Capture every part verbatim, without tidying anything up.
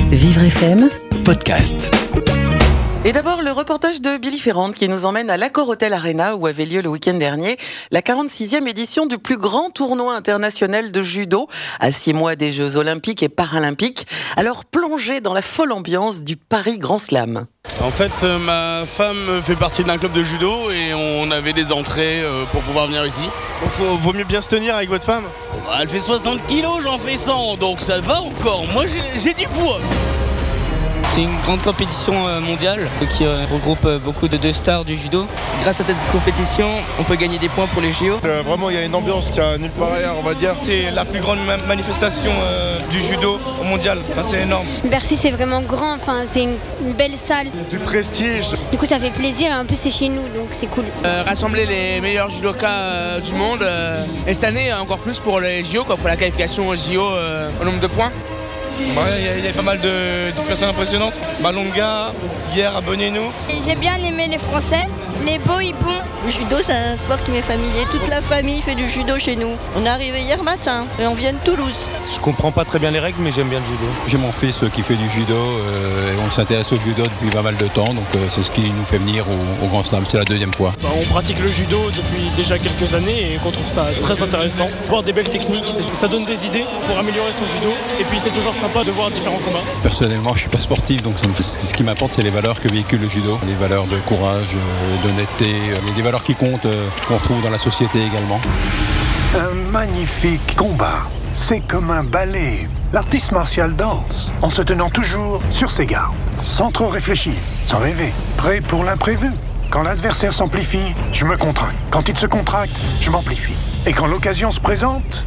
Vivre F M Podcast. Et d'abord, le reportage de Billy Ferrand qui nous emmène à l'Accor Hotel Arena où avait lieu le week-end dernier la quarante-sixième édition du plus grand tournoi international de judo à six mois des Jeux Olympiques et Paralympiques. Alors plongez dans la folle ambiance du Paris Grand Slam. En fait, euh, ma femme fait partie d'un club de judo et on avait des entrées euh, pour pouvoir venir ici. Donc faut, vaut mieux bien se tenir avec votre femme. Bah, elle fait soixante kilos, j'en fais cent, donc ça va encore. Moi j'ai, j'ai du poids. C'est une grande compétition mondiale qui regroupe beaucoup de deux stars du judo. Grâce à cette compétition, on peut gagner des points pour les J O. Euh, vraiment, il y a une ambiance qui a nulle part ailleurs, on va dire. C'est la plus grande ma- manifestation euh, du judo au mondial. Enfin, c'est énorme. Bercy, c'est vraiment grand. Enfin, c'est une, une belle salle. Du prestige. Du coup, ça fait plaisir. Et en plus, c'est chez nous, donc c'est cool. Euh, rassembler les meilleurs judokas euh, du monde. Euh, et cette année, encore plus pour les J O, quoi, pour la qualification aux J O euh, au nombre de points. Il ouais, y, y a pas mal de, de personnes impressionnantes. Malonga, hier à Bonnenou. J'ai bien aimé les Français, les beaux hippons. Le judo, c'est un sport qui m'est familier. Toute la famille fait du judo chez nous. On est arrivé hier matin et on vient de Toulouse. Je comprends pas très bien les règles, mais j'aime bien le judo. J'ai mon fils qui fait du judo euh, et on s'intéresse au judo depuis pas mal de temps, donc euh, c'est ce qui nous fait venir au, au Grand Slam. C'est la deuxième fois. Bah, on pratique le judo depuis déjà quelques années et qu'on trouve ça très intéressant. Voir des belles techniques, ça donne des idées pour améliorer son judo. Et puis c'est toujours sympa de voir différents combats. Personnellement, je suis pas sportif, donc ça me fait, ce qui m'importe, c'est les valeurs que véhicule le judo, les valeurs de courage, euh, d'honnêteté, euh, des valeurs qui comptent, euh, qu'on retrouve dans la société également. Un magnifique combat. C'est comme un ballet. L'artiste martial danse en se tenant toujours sur ses gardes, sans trop réfléchir, sans rêver, prêt pour l'imprévu. Quand l'adversaire s'amplifie, je me contracte. Quand il se contracte, je m'amplifie. Et quand l'occasion se présente...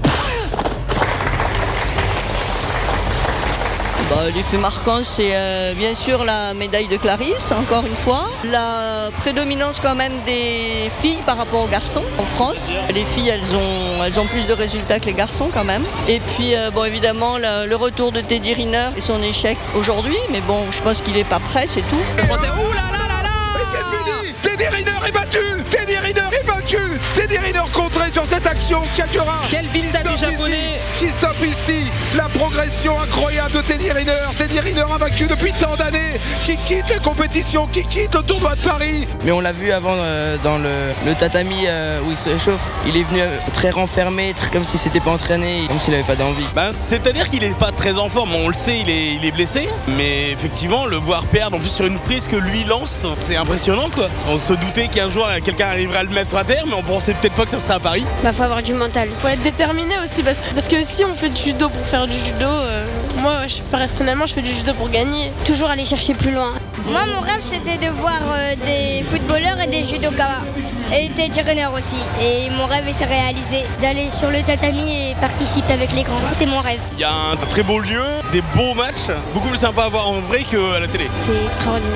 Bah, l'effet marquant, c'est euh, bien sûr la médaille de Clarisse, encore une fois. La prédominance quand même des filles par rapport aux garçons en France. Les filles, elles ont, elles ont plus de résultats que les garçons quand même. Et puis, euh, bon, évidemment, la, le retour de Teddy Riner et son échec aujourd'hui. Mais bon, je pense qu'il n'est pas prêt, c'est tout. Le Français, ouh là là là là! Mais c'est fini! Teddy Riner est battu! Teddy Riner est vaincu! Teddy Riner contré sur cette action, Kakura! Quel vista du japonais! Qui stoppe ici la progression incroyable de Teddy Riner. Teddy Riner invaincu depuis tant d'années, qui quitte les compétitions, qui quitte le tournoi de Paris. Mais on l'a vu avant euh, dans le, le tatami euh, où il se réchauffe. Il est venu euh, très renfermé, très, comme s'il s'était pas entraîné, comme s'il n'avait pas d'envie. Ben, c'est-à-dire qu'il est pas très en forme, on le sait, il est, il est blessé. Mais effectivement, le voir perdre en plus sur une prise que lui lance, c'est impressionnant quoi. On se doutait qu'un jour quelqu'un arriverait à le mettre à terre, mais on pensait peut-être pas que ça serait à Paris. Bah, faut avoir du mental. Faut être déterminé aussi parce que, parce que si on fait du judo pour faire du judo, euh, moi je, personnellement je fais du judo pour gagner. Toujours aller chercher plus loin. Moi, mon rêve, c'était de voir euh, des footballeurs et des judokas. Et des Riner aussi. Et mon rêve s'est réalisé. D'aller sur le tatami et participer avec les grands. C'est mon rêve. Il y a un très beau lieu, des beaux matchs, beaucoup plus sympa à voir en vrai qu'à la télé. C'est extraordinaire.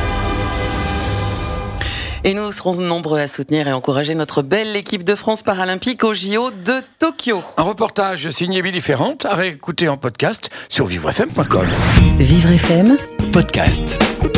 Et nous serons nombreux à soutenir et encourager notre belle équipe de France paralympique aux J O de Tokyo. Un reportage signé Billy Ferrand à réécouter en podcast sur vivre f m point com. Vivre F M Podcast.